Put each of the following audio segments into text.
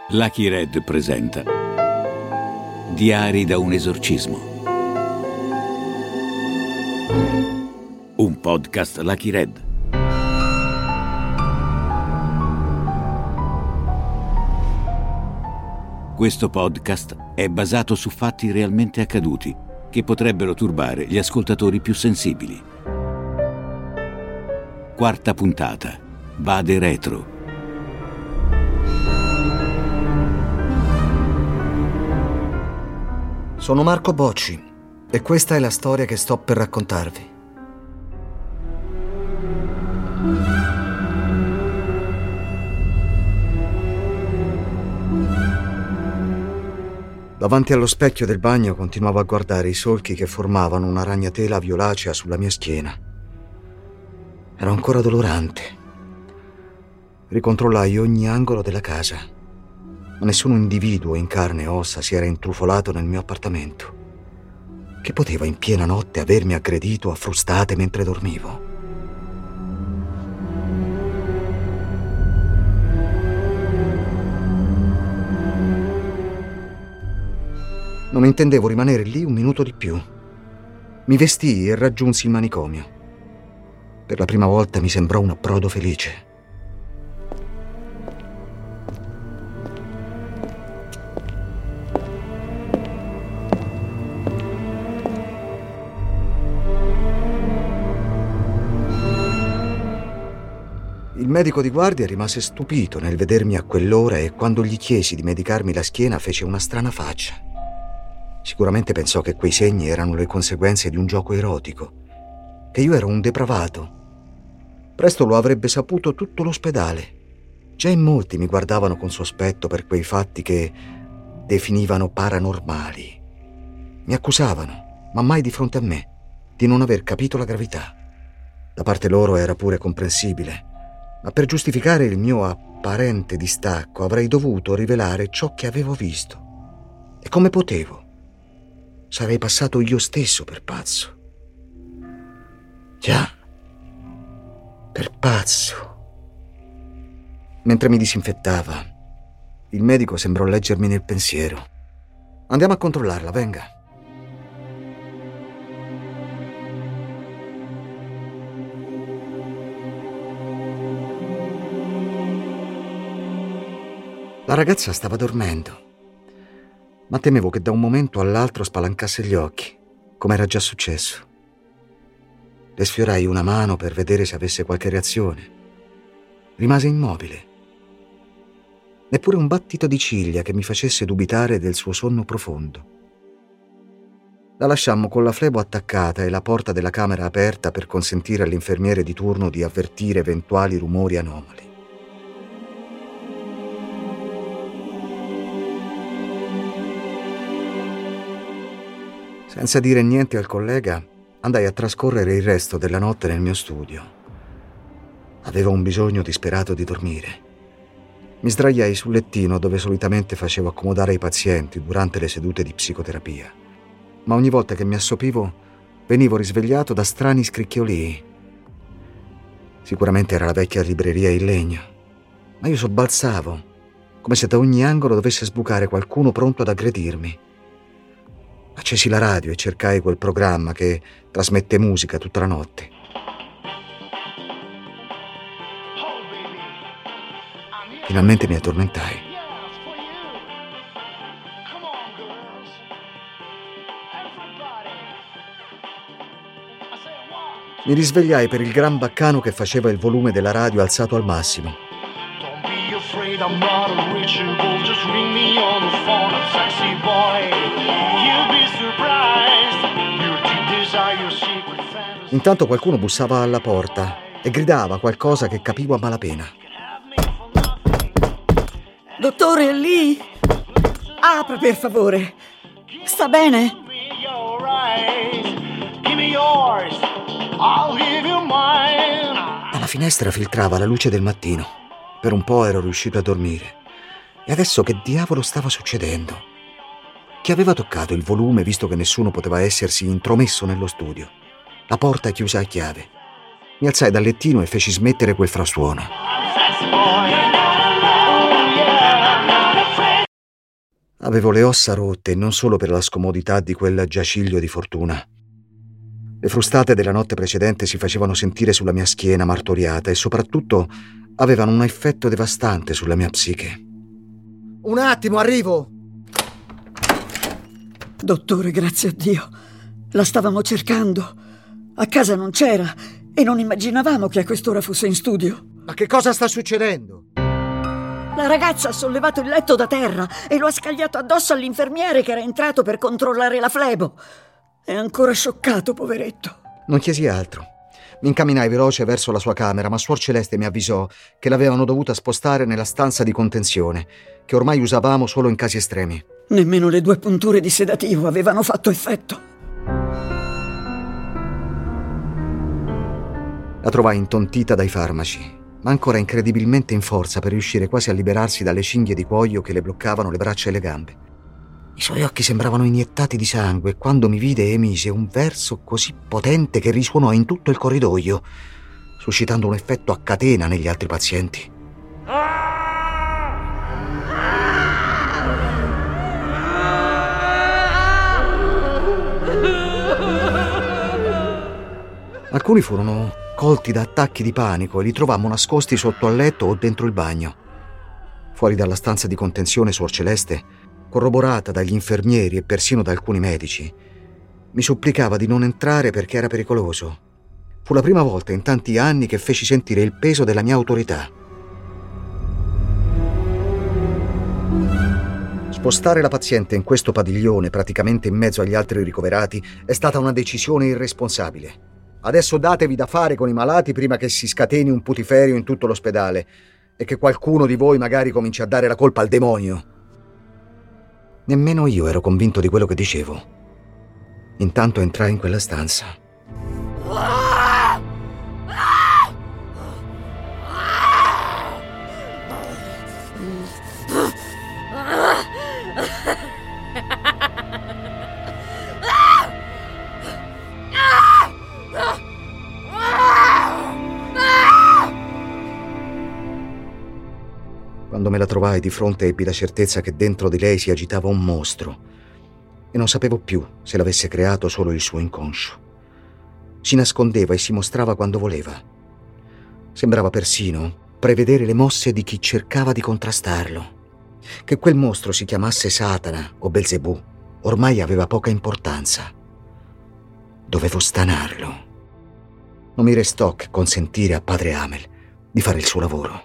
Lucky Red presenta Diari da un esorcismo. Un podcast Lucky Red. Questo podcast è basato su fatti realmente accaduti che potrebbero turbare gli ascoltatori più sensibili. Quarta puntata. Vade retro. Sono Marco Bocci e questa è la storia che sto per raccontarvi. Davanti allo specchio del bagno continuavo a guardare i solchi che formavano una ragnatela violacea sulla mia schiena. Ero ancora dolorante. Ricontrollai ogni angolo della casa, ma nessun individuo in carne e ossa si era intrufolato nel mio appartamento. Che poteva in piena notte avermi aggredito a frustate mentre dormivo? Non intendevo rimanere lì un minuto di più. Mi vestii e raggiunsi il manicomio. Per la prima volta mi sembrò un approdo felice. Il medico di guardia rimase stupito nel vedermi a quell'ora e quando gli chiesi di medicarmi la schiena fece una strana faccia. Sicuramente pensò che quei segni erano le conseguenze di un gioco erotico, che io ero un depravato. Presto lo avrebbe saputo tutto l'ospedale. Già in molti mi guardavano con sospetto per quei fatti che definivano paranormali. Mi accusavano, ma mai di fronte a me, di non aver capito la gravità. Da parte loro era pure comprensibile, ma per giustificare il mio apparente distacco avrei dovuto rivelare ciò che avevo visto. E come potevo? Sarei passato io stesso per pazzo. Già, per pazzo. Mentre mi disinfettava, il medico sembrò leggermi nel pensiero. Andiamo a controllarla, venga. La ragazza stava dormendo, ma temevo che da un momento all'altro spalancasse gli occhi, come era già successo. Le sfiorai una mano per vedere se avesse qualche reazione. Rimase immobile. Neppure un battito di ciglia che mi facesse dubitare del suo sonno profondo. La lasciammo con la flebo attaccata e la porta della camera aperta per consentire all'infermiere di turno di avvertire eventuali rumori anomali. Senza dire niente al collega, andai a trascorrere il resto della notte nel mio studio. Avevo un bisogno disperato di dormire. Mi sdraiai sul lettino dove solitamente facevo accomodare i pazienti durante le sedute di psicoterapia. Ma ogni volta che mi assopivo, venivo risvegliato da strani scricchiolii. Sicuramente era la vecchia libreria in legno, ma io sobbalzavo, come se da ogni angolo dovesse sbucare qualcuno pronto ad aggredirmi. Accesi la radio e cercai quel programma che trasmette musica tutta la notte. Finalmente mi addormentai. Mi risvegliai per il gran baccano che faceva il volume della radio alzato al massimo. I'm not unreachable, just ring me on the phone, I'm sexy boy. You'll be surprised, your deep desire, your secret fantasy. Intanto qualcuno bussava alla porta e gridava qualcosa che capivo a malapena. Dottore, è lì? Apra per favore. Sta bene? Dalla finestra filtrava la luce del mattino. Per un po' ero riuscito a dormire. E adesso che diavolo stava succedendo? Chi aveva toccato il volume visto che nessuno poteva essersi intromesso nello studio? La porta chiusa a chiave. Mi alzai dal lettino e feci smettere quel frastuono. Avevo le ossa rotte, non solo per la scomodità di quel giaciglio di fortuna. Le frustate della notte precedente si facevano sentire sulla mia schiena martoriata e soprattutto avevano un effetto devastante sulla mia psiche. Un attimo, arrivo! Dottore, grazie a Dio. La stavamo cercando. A casa non c'era e non immaginavamo che a quest'ora fosse in studio. Ma che cosa sta succedendo? La ragazza ha sollevato il letto da terra e lo ha scagliato addosso all'infermiere che era entrato per controllare la flebo. È ancora scioccato, poveretto. Non chiesi altro. Mi incaminai veloce verso la sua camera, ma Suor Celeste mi avvisò che l'avevano dovuta spostare nella stanza di contenzione, che ormai usavamo solo in casi estremi. Nemmeno le 2 punture di sedativo avevano fatto effetto. La trovai intontita dai farmaci, ma ancora incredibilmente in forza per riuscire quasi a liberarsi dalle cinghie di cuoio che le bloccavano le braccia e le gambe. I suoi occhi sembravano iniettati di sangue e quando mi vide emise un verso così potente che risuonò in tutto il corridoio, suscitando un effetto a catena negli altri pazienti. Alcuni furono colti da attacchi di panico e li trovammo nascosti sotto al letto o dentro il bagno. Fuori dalla stanza di contenzione, Suor Celeste, corroborata dagli infermieri e persino da alcuni medici, mi supplicava di non entrare perché era pericoloso. Fu la prima volta in tanti anni che feci sentire il peso della mia autorità. Spostare la paziente in questo padiglione, praticamente in mezzo agli altri ricoverati, è stata una decisione irresponsabile. Adesso datevi da fare con i malati prima che si scateni un putiferio in tutto l'ospedale e che qualcuno di voi magari cominci a dare la colpa al demonio. Nemmeno io ero convinto di quello che dicevo. Intanto entrai in quella stanza. Quando me la trovai di fronte ebbi la certezza che dentro di lei si agitava un mostro e non sapevo più se l'avesse creato solo il suo inconscio. Si nascondeva e si mostrava quando voleva. Sembrava persino prevedere le mosse di chi cercava di contrastarlo. Che quel mostro si chiamasse Satana o Belzebù ormai aveva poca importanza. Dovevo stanarlo. Non mi restò che consentire a padre Amel di fare il suo lavoro.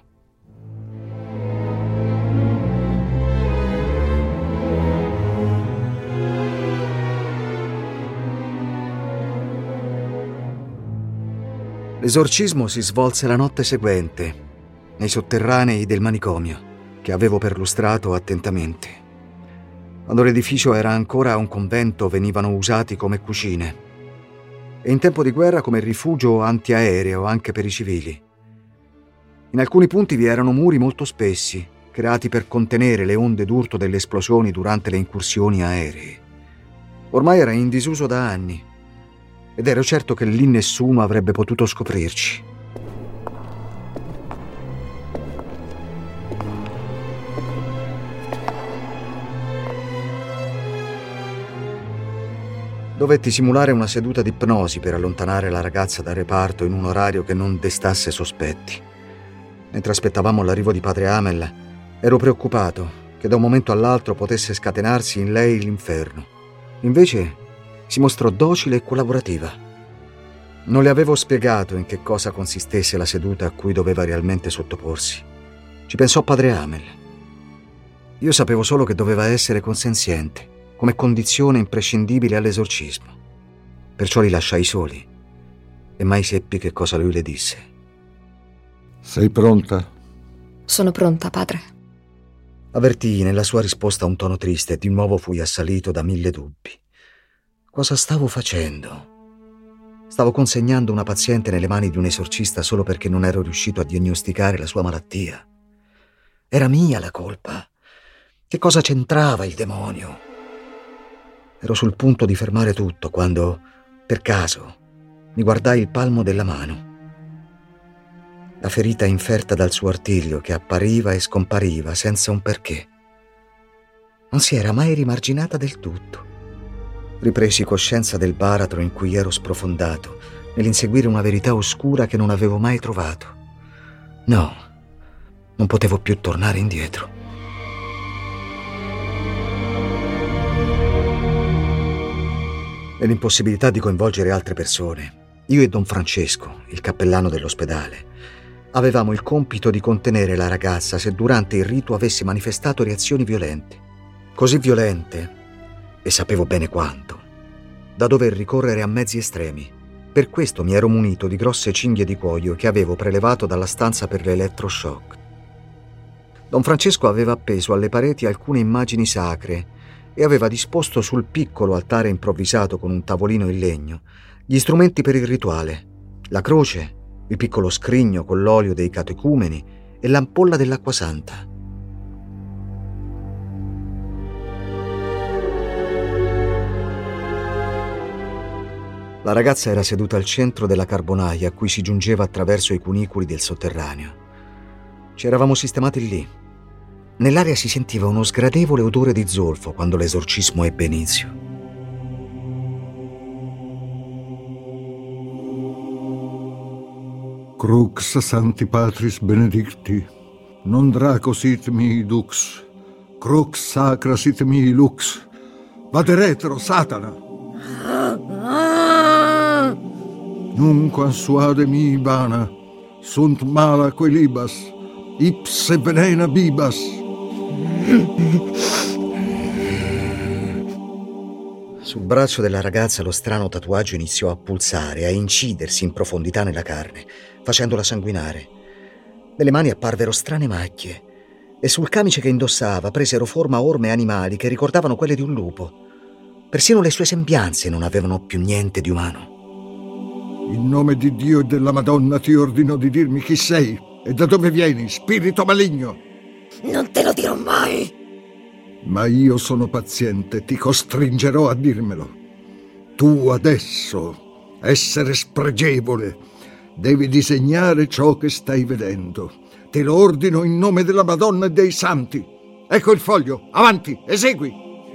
L'esorcismo si svolse la notte seguente, nei sotterranei del manicomio, che avevo perlustrato attentamente. Quando l'edificio era ancora un convento, venivano usati come cucine e in tempo di guerra come rifugio antiaereo anche per i civili. In alcuni punti vi erano muri molto spessi, creati per contenere le onde d'urto delle esplosioni durante le incursioni aeree. Ormai era in disuso da anni, ed ero certo che lì nessuno avrebbe potuto scoprirci. Dovetti simulare una seduta di ipnosi per allontanare la ragazza dal reparto in un orario che non destasse sospetti. Mentre aspettavamo l'arrivo di padre Amel, ero preoccupato che da un momento all'altro potesse scatenarsi in lei l'inferno. Invece si mostrò docile e collaborativa. Non le avevo spiegato in che cosa consistesse la seduta a cui doveva realmente sottoporsi. Ci pensò padre Amel. Io sapevo solo che doveva essere consenziente, come condizione imprescindibile all'esorcismo. Perciò li lasciai soli e mai seppi che cosa lui le disse. Sei pronta? Sono pronta, padre. Avvertii nella sua risposta un tono triste e di nuovo fui assalito da 1000 dubbi. Cosa stavo facendo? Stavo consegnando una paziente nelle mani di un esorcista solo perché non ero riuscito a diagnosticare la sua malattia. Era mia la colpa. Che cosa c'entrava il demonio? Ero sul punto di fermare tutto quando, per caso, mi guardai il palmo della mano. La ferita inferta dal suo artiglio che appariva e scompariva senza un perché. non si era mai rimarginata del tutto. Ripresi coscienza del baratro in cui ero sprofondato, nell'inseguire una verità oscura che non avevo mai trovato. No, non potevo più tornare indietro. Nell'impossibilità di coinvolgere altre persone, io e Don Francesco, il cappellano dell'ospedale, avevamo il compito di contenere la ragazza se durante il rito avesse manifestato reazioni violente. Così violente, e sapevo bene quanto, da dover ricorrere a mezzi estremi. Per questo mi ero munito di grosse cinghie di cuoio che avevo prelevato dalla stanza per l'elettroshock. Don Francesco aveva appeso alle pareti alcune immagini sacre e aveva disposto sul piccolo altare improvvisato con un tavolino in legno gli strumenti per il rituale, la croce, il piccolo scrigno con l'olio dei catecumeni e l'ampolla dell'acqua santa. La ragazza era seduta al centro della carbonaia a cui si giungeva attraverso i cunicoli del sotterraneo. Ci eravamo sistemati lì. Nell'aria si sentiva uno sgradevole odore di zolfo quando l'esorcismo ebbe inizio. Crux Sancti Patris Benedicti, non draco sit mihi dux, crux sacra sit mihi lux, vade retro, Satana! Nunquam suade mihi vana, sunt mala quelibas, ipse venena bibas. Sul braccio della ragazza lo strano tatuaggio iniziò a pulsare, a incidersi in profondità nella carne, facendola sanguinare. Nelle mani apparvero strane macchie e sul camice che indossava presero forma orme animali che ricordavano quelle di un lupo. Persino le sue sembianze non avevano più niente di umano. In nome di Dio e della Madonna ti ordino di dirmi chi sei e da dove vieni, spirito maligno. Non te lo dirò mai. Ma io sono paziente, ti costringerò a dirmelo. Tu adesso, essere spregevole, devi disegnare ciò che stai vedendo. Te lo ordino in nome della Madonna e dei Santi. Ecco il foglio, avanti, esegui.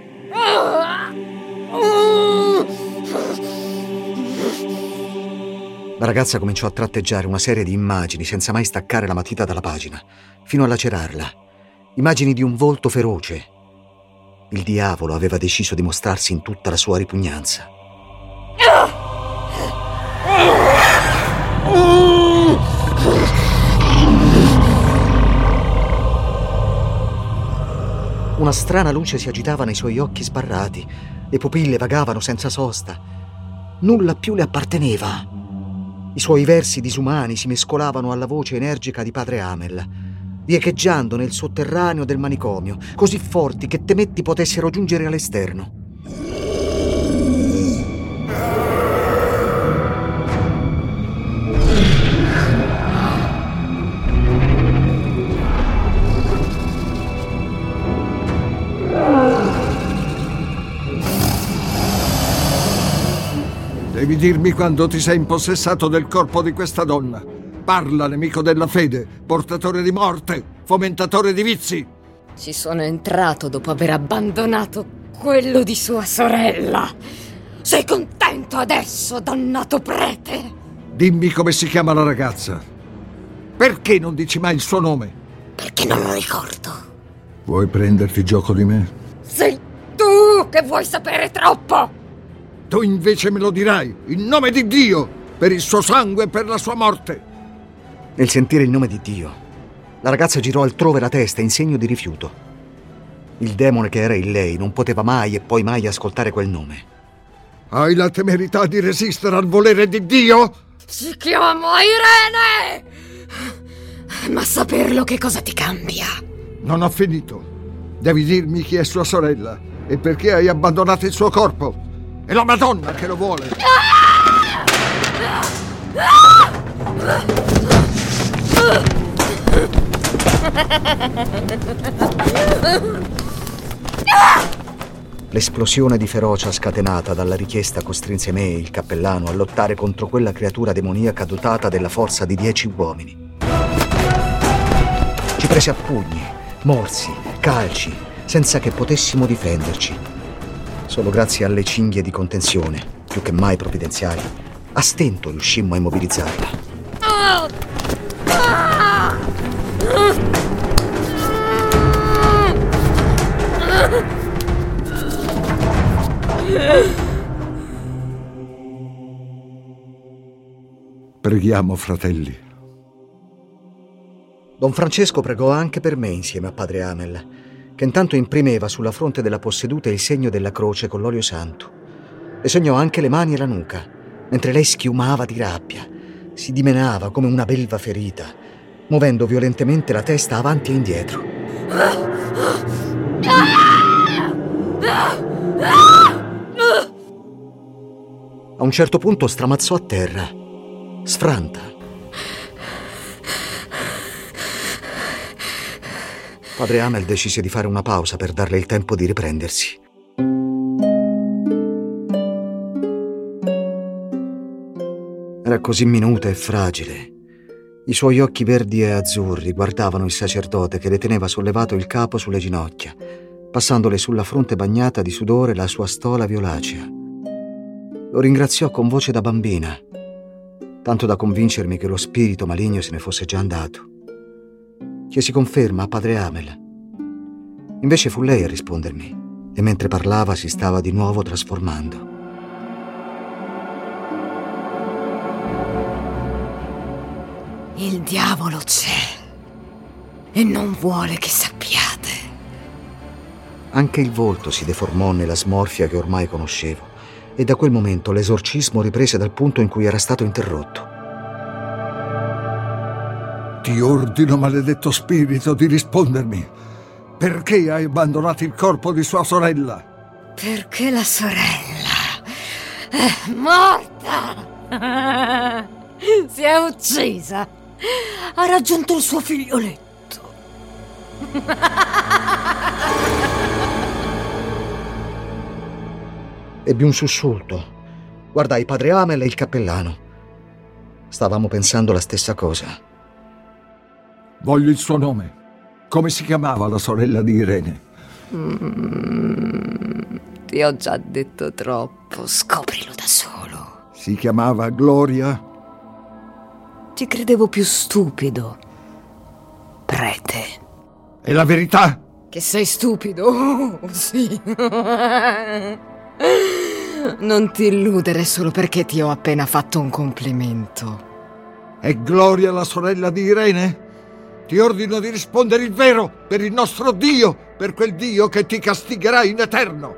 La ragazza cominciò a tratteggiare una serie di immagini senza mai staccare la matita dalla pagina, fino a lacerarla. Immagini di un volto feroce. Il diavolo aveva deciso di mostrarsi in tutta la sua ripugnanza. Una strana luce si agitava nei suoi occhi sbarrati, le pupille vagavano senza sosta. Nulla più le apparteneva. I suoi versi disumani si mescolavano alla voce energica di padre Amel, riecheggiando nel sotterraneo del manicomio, così forti che temetti potessero giungere all'esterno. Devi dirmi quando ti sei impossessato del corpo di questa donna. Parla, nemico della fede, portatore di morte, fomentatore di vizi. Ci sono entrato dopo aver abbandonato quello di sua sorella. Sei contento adesso, dannato prete? Dimmi come si chiama la ragazza. Perché non dici mai il suo nome? Perché non lo ricordo. Vuoi prenderti gioco di me? Sei tu che vuoi sapere troppo! Tu invece me lo dirai, in nome di Dio, per il suo sangue e per la sua morte. Nel sentire il nome di Dio, la ragazza girò altrove la testa in segno di rifiuto. Il demone che era in lei non poteva mai e poi mai ascoltare quel nome. Hai la temerità di resistere al volere di Dio? Si chiama Irene! Ma saperlo che cosa ti cambia? Non ho finito. Devi dirmi chi è sua sorella e perché hai abbandonato il suo corpo. È la Madonna che lo vuole. L'esplosione di ferocia scatenata dalla richiesta costrinse me, il cappellano, a lottare contro quella creatura demoniaca dotata della forza di 10 uomini. Ci prese a pugni, morsi, calci, senza che potessimo difenderci. Solo grazie alle cinghie di contenzione, più che mai provvidenziali, a stento riuscimmo a immobilizzarla. Preghiamo, fratelli. Don Francesco pregò anche per me insieme a padre Amel, che intanto imprimeva sulla fronte della posseduta il segno della croce con l'olio santo. Le segnò anche le mani e la nuca, mentre lei schiumava di rabbia, si dimenava come una belva ferita, muovendo violentemente la testa avanti e indietro. A un certo punto stramazzò a terra, sfranta. Padre Amel decise di fare una pausa per darle il tempo di riprendersi. Era così minuta e fragile. I suoi occhi verdi e azzurri guardavano il sacerdote che le teneva sollevato il capo sulle ginocchia, passandole sulla fronte bagnata di sudore la sua stola violacea. Lo ringraziò con voce da bambina, tanto da convincermi che lo spirito maligno se ne fosse già andato. Chiesi conferma a padre Amel. Invece fu lei a rispondermi, e mentre parlava si stava di nuovo trasformando. Il diavolo c'è e non vuole che sappiate. Anche il volto si deformò nella smorfia che ormai conoscevo, e da quel momento l'esorcismo riprese dal punto in cui era stato interrotto. Ti ordino, maledetto spirito, di rispondermi. Perché hai abbandonato il corpo di sua sorella? Perché la sorella è morta! Si è uccisa! Ha raggiunto il suo figlioletto! Ebbi un sussulto. Guardai padre Amel e il cappellano. Stavamo pensando la stessa cosa. Voglio il suo nome. Come si chiamava la sorella di Irene? Ti ho già detto troppo, scoprilo da solo. Si chiamava Gloria? Ti credevo più stupido, prete. È la verità? Che sei stupido? Oh, sì. Non ti illudere solo perché ti ho appena fatto un complimento. È Gloria la sorella di Irene? Ti ordino di rispondere il vero per il nostro Dio, per quel Dio che ti castigherà in eterno.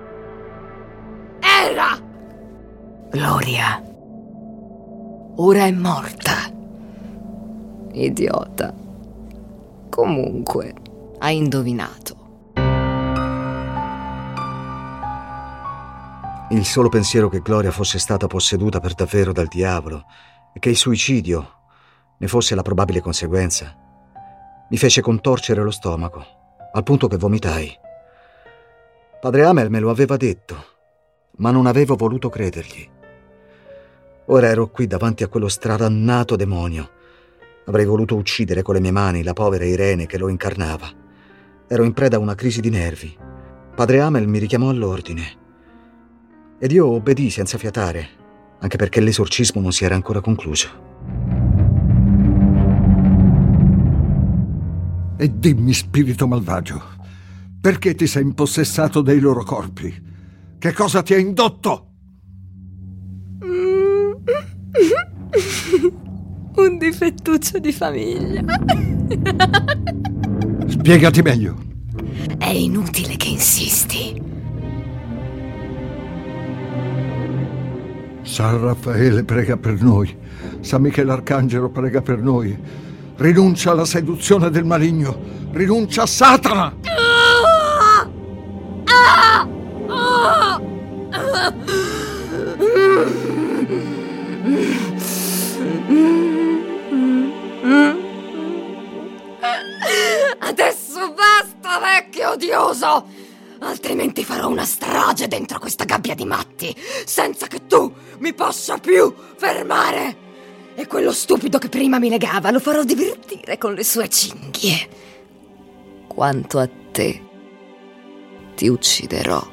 Era Gloria. Ora è morta. Idiota. Comunque, hai indovinato. Il solo pensiero che Gloria fosse stata posseduta per davvero dal diavolo e che il suicidio ne fosse la probabile conseguenza mi fece contorcere lo stomaco, al punto che vomitai. Padre Amel me lo aveva detto, ma non avevo voluto credergli. Ora ero qui davanti a quello stradannato demonio. Avrei voluto uccidere con le mie mani la povera Irene che lo incarnava. Ero in preda a una crisi di nervi. Padre Amel mi richiamò all'ordine ed io obbedii senza fiatare, anche perché l'esorcismo non si era ancora concluso. E dimmi, spirito malvagio, perché ti sei impossessato dei loro corpi? Che cosa ti ha indotto? Un difettuccio di famiglia. Spiegati meglio. È inutile che insisti. San Raffaele prega per noi. San Michele Arcangelo prega per noi. Rinuncia alla seduzione del maligno. Rinuncia a Satana. Adesso basta, vecchio odioso! Altrimenti farò una strage dentro questa gabbia di matti, senza che tu mi possa più fermare! E quello stupido che prima mi legava lo farò divertire con le sue cinghie. Quanto a te, ti ucciderò.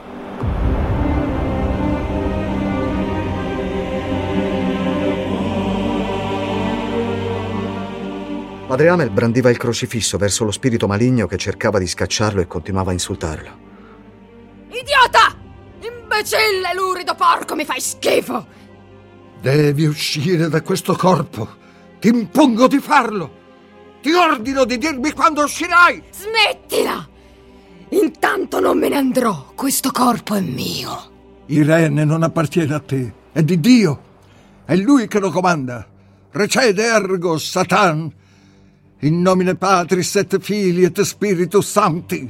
Padre Amel brandiva il crocifisso verso lo spirito maligno che cercava di scacciarlo e continuava a insultarlo. Idiota! Imbecille, lurido porco, mi fai schifo! Devi uscire da questo corpo. Ti impongo di farlo. Ti ordino di dirmi quando uscirai. Smettila! Intanto non me ne andrò. Questo corpo è mio. Irene non appartiene a te, è di Dio. È Lui che lo comanda. Recede ergo Satan. In nomine Patris et Filii et Spiritus Sancti.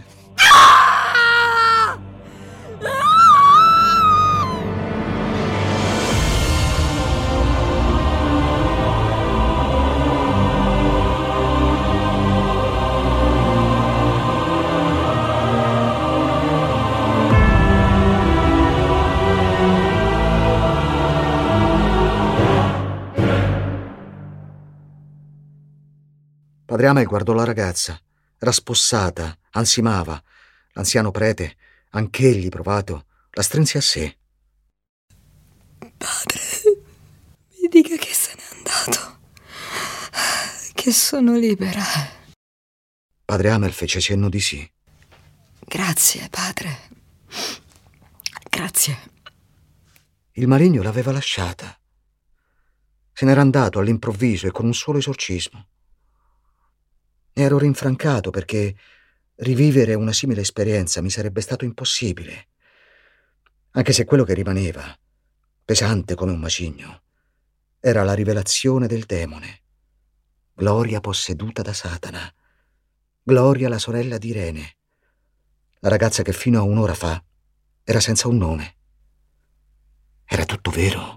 Padre Amel guardò la ragazza. Era spossata, ansimava. L'anziano prete, anch'egli provato, la strinse a sé. Padre, mi dica che se n'è andato, che sono libera. Padre Amel fece cenno di sì. Grazie, padre. Grazie. Il maligno l'aveva lasciata. Se n'era andato all'improvviso e con un solo esorcismo. Ne ero rinfrancato perché rivivere una simile esperienza mi sarebbe stato impossibile, anche se quello che rimaneva, pesante come un macigno, era la rivelazione del demone. Gloria posseduta da Satana. Gloria la sorella di Irene, la ragazza che fino a un'ora fa era senza un nome. Era tutto vero.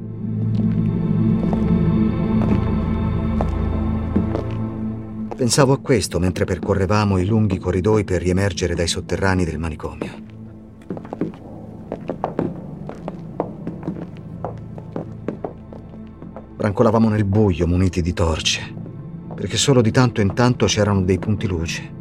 Pensavo a questo mentre percorrevamo i lunghi corridoi per riemergere dai sotterranei del manicomio. Brancolavamo nel buio muniti di torce, perché solo di tanto in tanto c'erano dei punti luce.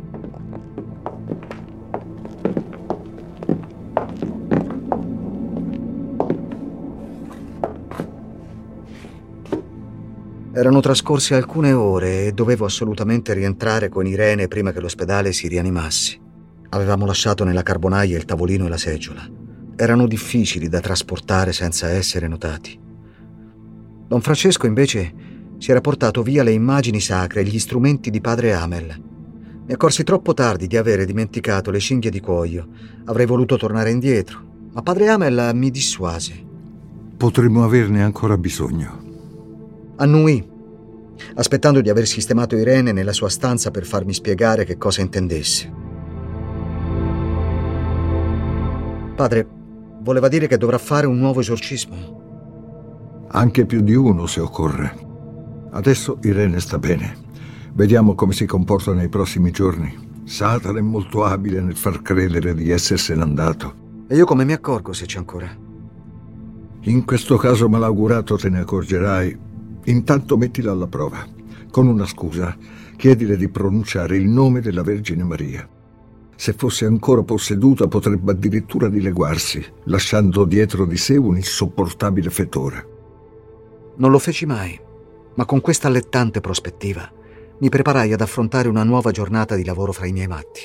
Erano trascorse alcune ore e dovevo assolutamente rientrare con Irene prima che l'ospedale si rianimasse. Avevamo lasciato nella carbonaia il tavolino e la seggiola. Erano difficili da trasportare senza essere notati. Don Francesco invece si era portato via le immagini sacre e gli strumenti di Padre Amel. Mi accorsi troppo tardi di avere dimenticato le cinghie di cuoio. Avrei voluto tornare indietro, ma Padre Amel mi dissuase. Potremmo averne ancora bisogno. Annuì, aspettando di aver sistemato Irene nella sua stanza per farmi spiegare che cosa intendesse. Padre, voleva dire che dovrà fare un nuovo esorcismo? Anche più di uno, se occorre. Adesso Irene sta bene. Vediamo come si comporta nei prossimi giorni. Satana è molto abile nel far credere di essersene andato. E io come mi accorgo se c'è ancora? In questo caso malaugurato te ne accorgerai. Intanto mettila alla prova. Con una scusa, chiedile di pronunciare il nome della Vergine Maria. Se fosse ancora posseduta potrebbe addirittura dileguarsi, lasciando dietro di sé un insopportabile fetore. Non lo feci mai, ma con questa allettante prospettiva mi preparai ad affrontare una nuova giornata di lavoro fra i miei matti.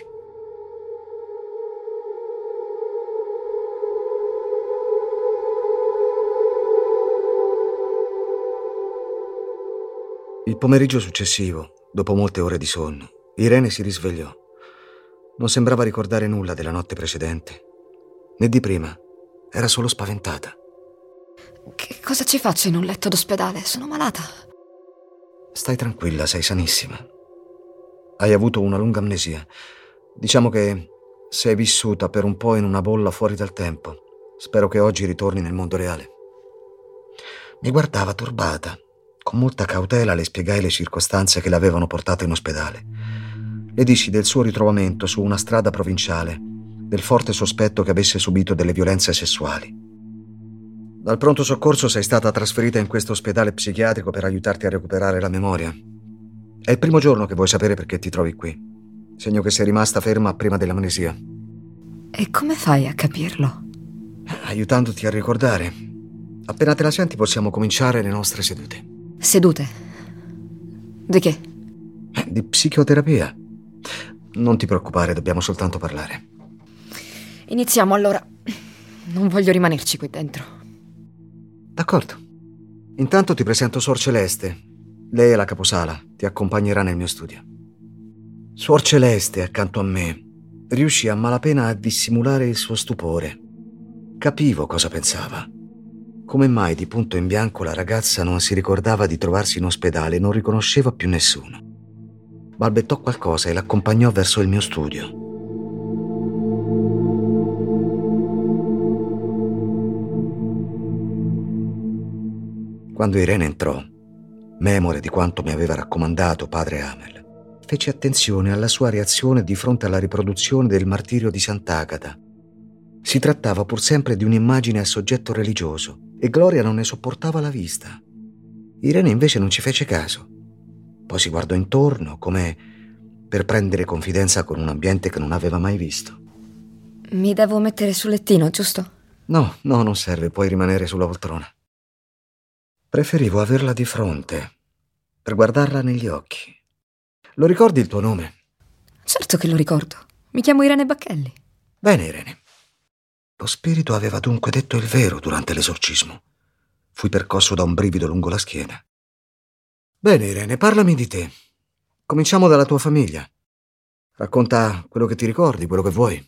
Il pomeriggio successivo, dopo molte ore di sonno, Irene si risvegliò. Non sembrava ricordare nulla della notte precedente, né di prima. Era solo spaventata. Che cosa ci faccio in un letto d'ospedale? Sono malata. Stai tranquilla, sei sanissima. Hai avuto una lunga amnesia. Diciamo che sei vissuta per un po' in una bolla fuori dal tempo. Spero che oggi ritorni nel mondo reale. Mi guardava turbata. Con molta cautela le spiegai le circostanze che l'avevano portata in ospedale. Le dissi del suo ritrovamento su una strada provinciale, del forte sospetto che avesse subito delle violenze sessuali. Dal pronto soccorso sei stata trasferita in questo ospedale psichiatrico per aiutarti a recuperare la memoria. È il primo giorno che vuoi sapere perché ti trovi qui. Segno che sei rimasta ferma prima dell'amnesia. E come fai a capirlo? Aiutandoti a ricordare. Appena te la senti possiamo cominciare le nostre sedute. Sedute? Di che? Di psicoterapia. Non ti preoccupare, dobbiamo soltanto parlare. Iniziamo allora. Non voglio rimanerci qui dentro. D'accordo. Intanto ti presento Suor Celeste. Lei è la caposala, ti accompagnerà nel mio studio. Suor Celeste, accanto a me, riuscì a malapena a dissimulare il suo stupore. Capivo cosa pensava. Come mai di punto in bianco la ragazza non si ricordava di trovarsi in ospedale e non riconosceva più nessuno. Balbettò qualcosa e l'accompagnò verso il mio studio. Quando Irene entrò, memore di quanto mi aveva raccomandato padre Amel, feci attenzione alla sua reazione di fronte alla riproduzione del martirio di Sant'Agata. Si trattava pur sempre di un'immagine a soggetto religioso e Gloria non ne sopportava la vista. Irene invece non ci fece caso. Poi si guardò intorno come per prendere confidenza con un ambiente che non aveva mai visto. Mi devo mettere sul lettino, giusto? No, non serve, puoi rimanere sulla poltrona. Preferivo averla di fronte, per guardarla negli occhi. Lo ricordi il tuo nome? Certo che lo ricordo. Mi chiamo Irene Bacchelli. Bene, Irene. Lo spirito aveva dunque detto il vero durante l'esorcismo. Fui percosso da un brivido lungo la schiena. Bene, Irene, parlami di te. Cominciamo dalla tua famiglia. Racconta quello che ti ricordi, quello che vuoi.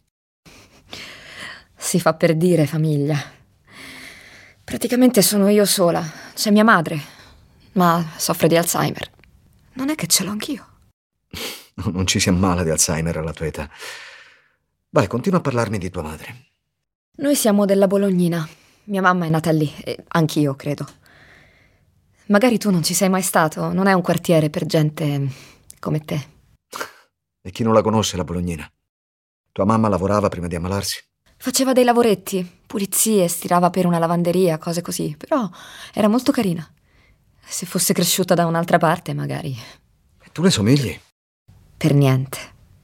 Si fa per dire famiglia. Praticamente sono io sola. C'è mia madre, ma soffre di Alzheimer. Non è che ce l'ho anch'io. Non ci si ammala di Alzheimer alla tua età. Vai, continua a parlarmi di tua madre. Noi siamo della Bolognina. Mia mamma è nata lì, e anch'io, credo. Magari tu non ci sei mai stato. Non è un quartiere per gente come te. E chi non la conosce, la Bolognina? Tua mamma lavorava prima di ammalarsi? Faceva dei lavoretti, pulizie, stirava per una lavanderia, cose così. Però era molto carina. Se fosse cresciuta da un'altra parte, magari. E tu le somigli? Per niente.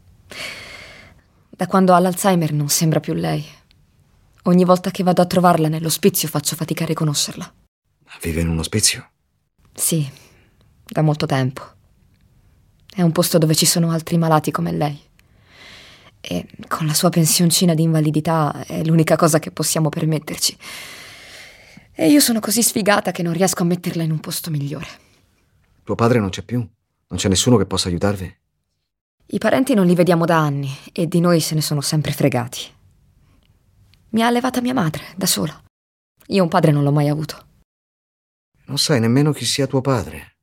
Da quando ha l'Alzheimer non sembra più lei. Ogni volta che vado a trovarla nell'ospizio faccio fatica a riconoscerla. Vive in un ospizio? Sì, da molto tempo. È un posto dove ci sono altri malati come lei. E con la sua pensioncina di invalidità è l'unica cosa che possiamo permetterci. E io sono così sfigata che non riesco a metterla in un posto migliore. Tuo padre non c'è più? Non c'è nessuno che possa aiutarvi? I parenti non li vediamo da anni e di noi se ne sono sempre fregati. Mi ha allevata mia madre, da sola. Io un padre non l'ho mai avuto. Non sai nemmeno chi sia tuo padre.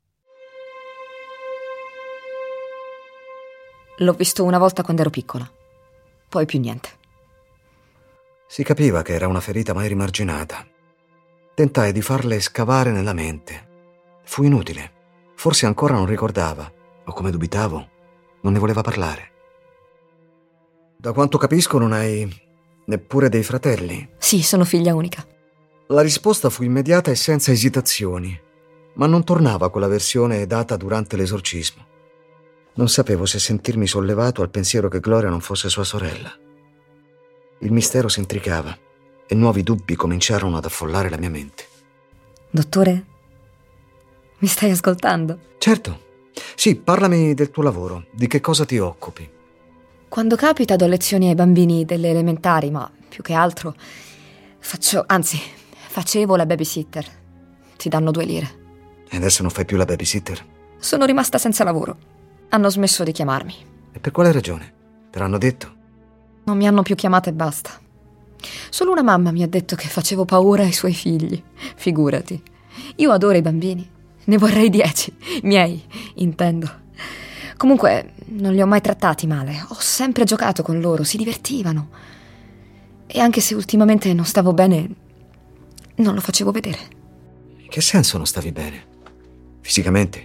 L'ho visto una volta quando ero piccola. Poi più niente. Si capiva che era una ferita mai rimarginata. Tentai di farle scavare nella mente. Fu inutile. Forse ancora non ricordava, o come dubitavo, non ne voleva parlare. Da quanto capisco non hai neppure dei fratelli. Sì, sono figlia unica. La risposta fu immediata e senza esitazioni, ma non tornava quella versione data durante l'esorcismo. Non sapevo se sentirmi sollevato al pensiero che Gloria non fosse sua sorella. Il mistero si intricava e nuovi dubbi cominciarono ad affollare la mia mente. Dottore, mi stai ascoltando? Certo. Sì, parlami del tuo lavoro. Di che cosa ti occupi? Quando capita do lezioni ai bambini delle elementari, ma più che altro facevo la babysitter. Ti danno 2 lire. E adesso non fai più la babysitter? Sono rimasta senza lavoro. Hanno smesso di chiamarmi. E per quale ragione? Te l'hanno detto? Non mi hanno più chiamata e basta. Solo una mamma mi ha detto che facevo paura ai suoi figli. Figurati. Io adoro i bambini. Ne vorrei 10. Miei, intendo. Comunque, non li ho mai trattati male. Ho sempre giocato con loro, si divertivano. E anche se ultimamente non stavo bene, non lo facevo vedere. In che senso non stavi bene? Fisicamente?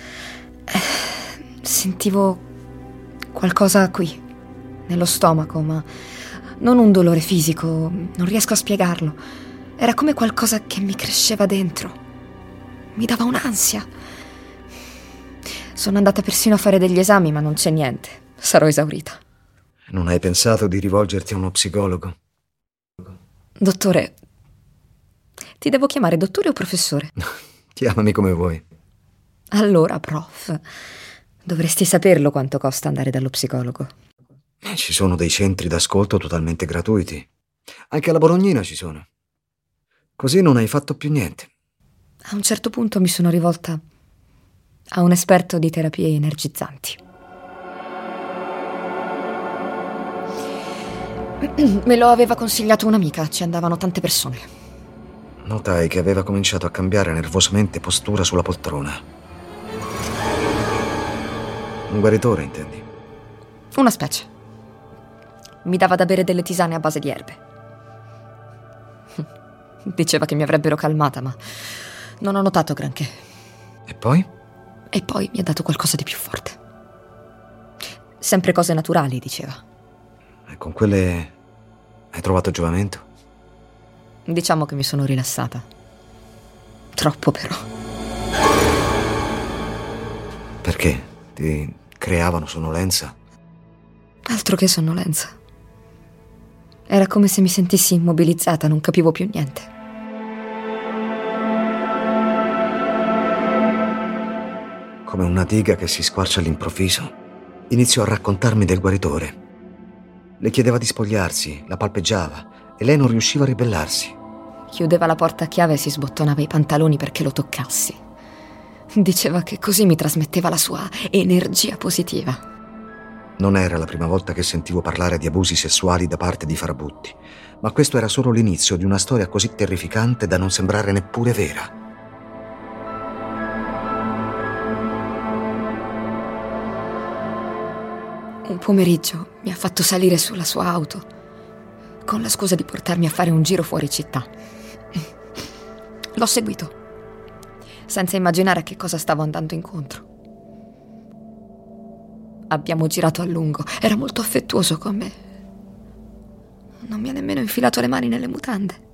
Sentivo qualcosa qui, nello stomaco, ma non un dolore fisico, non riesco a spiegarlo. Era come qualcosa che mi cresceva dentro. Mi dava un'ansia. Sono andata persino a fare degli esami, ma non c'è niente. Sarò esaurita. Non hai pensato di rivolgerti a uno psicologo? Dottore, ti devo chiamare dottore o professore? Chiamami come vuoi. Allora, prof, dovresti saperlo quanto costa andare dallo psicologo. Ci sono dei centri d'ascolto totalmente gratuiti. Anche alla Bolognina ci sono. Così non hai fatto più niente. A un certo punto mi sono rivolta a un esperto di terapie energizzanti. Me lo aveva consigliato un'amica, ci andavano tante persone. Notai che aveva cominciato a cambiare nervosamente postura sulla poltrona. Un guaritore, intendi? Una specie. Mi dava da bere delle tisane a base di erbe. Diceva che mi avrebbero calmata, ma non ho notato granché. E poi? E poi mi ha dato qualcosa di più forte. Sempre cose naturali, diceva. E con quelle hai trovato giovamento? Diciamo che mi sono rilassata. Troppo, però. Perché? Ti creavano sonnolenza? Altro che sonnolenza. Era come se mi sentissi immobilizzata, non capivo più niente. Come una diga che si squarcia all'improvviso, iniziò a raccontarmi del guaritore. Le chiedeva di spogliarsi, la palpeggiava e lei non riusciva a ribellarsi. Chiudeva la porta a chiave e si sbottonava i pantaloni perché lo toccassi. Diceva che così mi trasmetteva la sua energia positiva. Non era la prima volta che sentivo parlare di abusi sessuali da parte di farabutti, ma questo era solo l'inizio di una storia così terrificante da non sembrare neppure vera. Un pomeriggio mi ha fatto salire sulla sua auto, con la scusa di portarmi a fare un giro fuori città. L'ho seguito, senza immaginare a che cosa stavo andando incontro. Abbiamo girato a lungo, era molto affettuoso con me. Non mi ha nemmeno infilato le mani nelle mutande.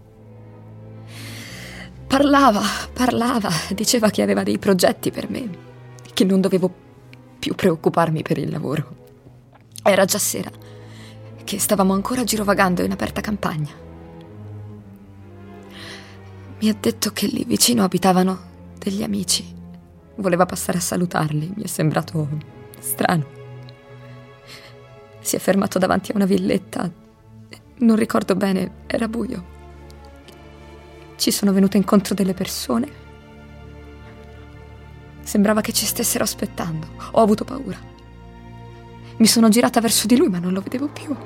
Parlava, diceva che aveva dei progetti per me, che non dovevo più preoccuparmi per il lavoro. Era già sera, che stavamo ancora girovagando in aperta campagna. Mi ha detto che lì vicino abitavano degli amici. Voleva passare a salutarli, mi è sembrato strano. Si è fermato davanti a una villetta. Non ricordo bene, era buio. Ci sono venute incontro delle persone. Sembrava che ci stessero aspettando. Ho avuto paura. Mi sono girata verso di lui, ma non lo vedevo più.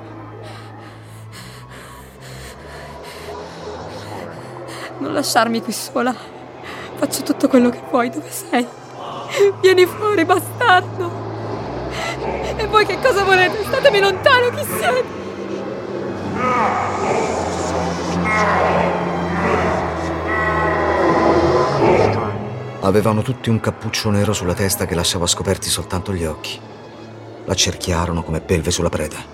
Non lasciarmi qui sola. Faccio tutto quello che vuoi. Dove sei? Vieni fuori, bastardo. E voi che cosa volete? Statemi lontano, chi siete? Avevano tutti un cappuccio nero sulla testa che lasciava scoperti soltanto gli occhi. L'accerchiarono come belve sulla preda.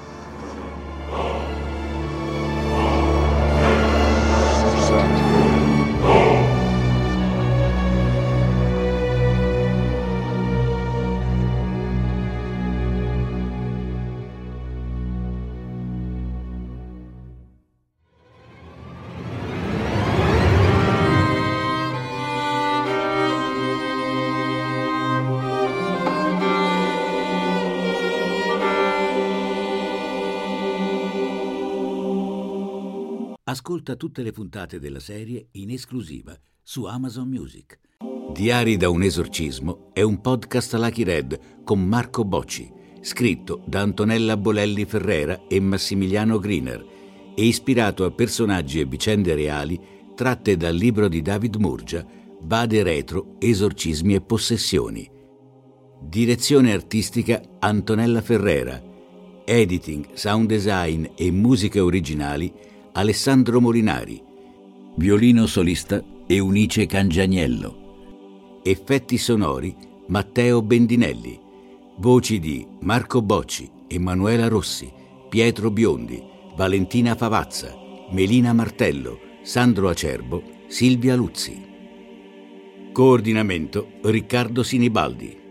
Ascolta tutte le puntate della serie in esclusiva su Amazon Music. Diari da un esorcismo è un podcast Lucky Red con Marco Bocci, scritto da Antonella Bolelli Ferrera e Massimiliano Griner e ispirato a personaggi e vicende reali tratte dal libro di David Murgia, Bade Retro, Esorcismi e Possessioni. Direzione artistica Antonella Ferrera. Editing, sound design e musiche originali Alessandro Molinari. Violino solista Eunice Cangianiello. Effetti sonori Matteo Bendinelli. Voci di Marco Bocci, Emanuela Rossi, Pietro Biondi, Valentina Favazza, Melina Martello, Sandro Acerbo, Silvia Luzzi. Coordinamento Riccardo Sinibaldi.